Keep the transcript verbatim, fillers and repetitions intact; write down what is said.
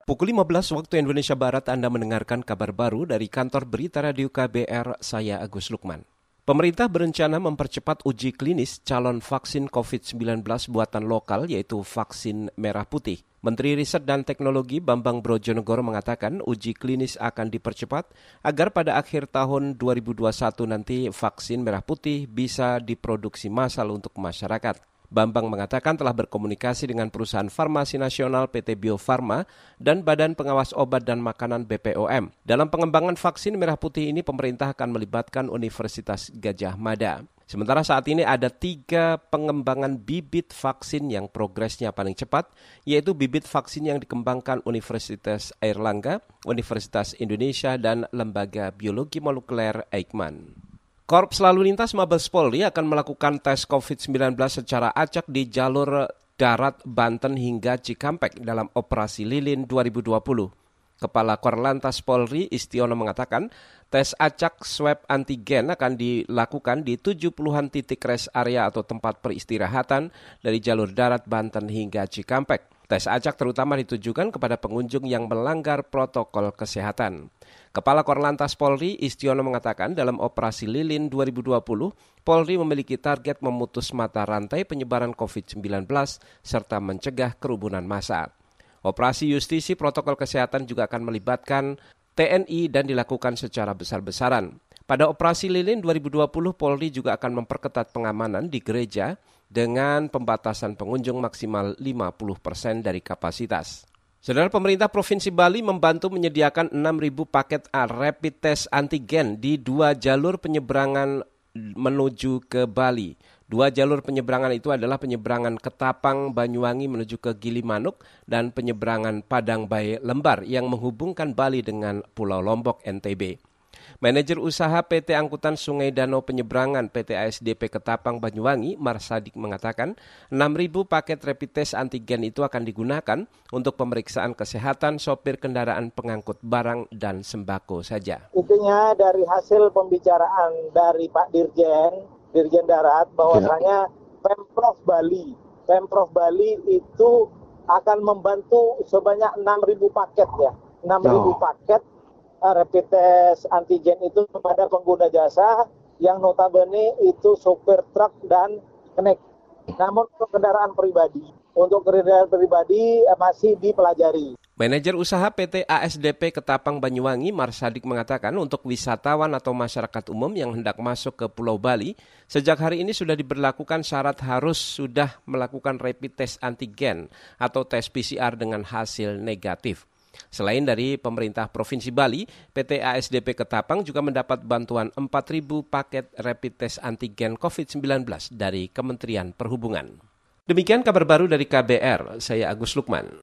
Pukul lima belas waktu Indonesia Barat Anda mendengarkan kabar baru dari kantor berita radio K B R, saya Agus Lukman. Pemerintah berencana mempercepat uji klinis calon vaksin covid sembilan belas buatan lokal yaitu vaksin merah putih. Menteri Riset dan Teknologi Bambang Brojonegoro mengatakan uji klinis akan dipercepat agar pada akhir tahun dua ribu dua puluh satu nanti vaksin merah putih bisa diproduksi massal untuk masyarakat. Bambang mengatakan telah berkomunikasi dengan perusahaan farmasi nasional P T Bio Farma dan Badan Pengawas Obat dan Makanan B P O M. Dalam pengembangan vaksin merah putih ini, pemerintah akan melibatkan Universitas Gadjah Mada. Sementara saat ini ada tiga pengembangan bibit vaksin yang progresnya paling cepat, yaitu bibit vaksin yang dikembangkan Universitas Airlangga, Universitas Indonesia, dan Lembaga Biologi Molekuler Eijkman. Korps Lalu Lintas Mabes Polri akan melakukan tes covid sembilan belas secara acak di jalur darat Banten hingga Cikampek dalam Operasi Lilin dua ribu dua puluh. Kepala Korlantas Polri Istiono mengatakan tes acak swab antigen akan dilakukan di tujuh puluhan titik rest area atau tempat peristirahatan dari jalur darat Banten hingga Cikampek. Tes acak terutama ditujukan kepada pengunjung yang melanggar protokol kesehatan. Kepala Korlantas Polri Istiono mengatakan dalam Operasi Lilin dua ribu dua puluh, Polri memiliki target memutus mata rantai penyebaran covid sembilan belas serta mencegah kerumunan massa. Operasi justisi protokol kesehatan juga akan melibatkan T N I dan dilakukan secara besar-besaran. Pada Operasi Lilin dua ribu dua puluh, Polri juga akan memperketat pengamanan di gereja dengan pembatasan pengunjung maksimal lima puluh persen dari kapasitas. Saudara, pemerintah Provinsi Bali membantu menyediakan enam ribu paket rapid test antigen di dua jalur penyeberangan menuju ke Bali. Dua jalur penyeberangan itu adalah penyeberangan Ketapang Banyuwangi menuju ke Gilimanuk dan penyeberangan Padangbae Lembar yang menghubungkan Bali dengan Pulau Lombok N T B. Manajer usaha P T Angkutan Sungai Danau Penyeberangan P T A S D P Ketapang Banyuwangi, Marsadik mengatakan enam ribu paket rapid test antigen itu akan digunakan untuk pemeriksaan kesehatan sopir kendaraan pengangkut barang dan sembako saja. Intinya dari hasil pembicaraan dari Pak Dirjen, Dirjen Darat, bahwasanya Pemprov Bali, Pemprov Bali itu akan membantu sebanyak enam ribu paket ya, enam ribu paket rapid test antigen itu kepada pengguna jasa yang notabene itu sopir truk dan kenek. Namun untuk kendaraan pribadi, untuk kendaraan pribadi masih dipelajari. Manajer usaha P T A S D P Ketapang Banyuwangi, Marsadik mengatakan untuk wisatawan atau masyarakat umum yang hendak masuk ke Pulau Bali, sejak hari ini sudah diberlakukan syarat harus sudah melakukan rapid test antigen atau tes P C R dengan hasil negatif. Selain dari pemerintah Provinsi Bali, P T A S D P Ketapang juga mendapat bantuan empat ribu paket rapid test antigen covid sembilan belas dari Kementerian Perhubungan. Demikian kabar baru dari K B R, saya Agus Lukman.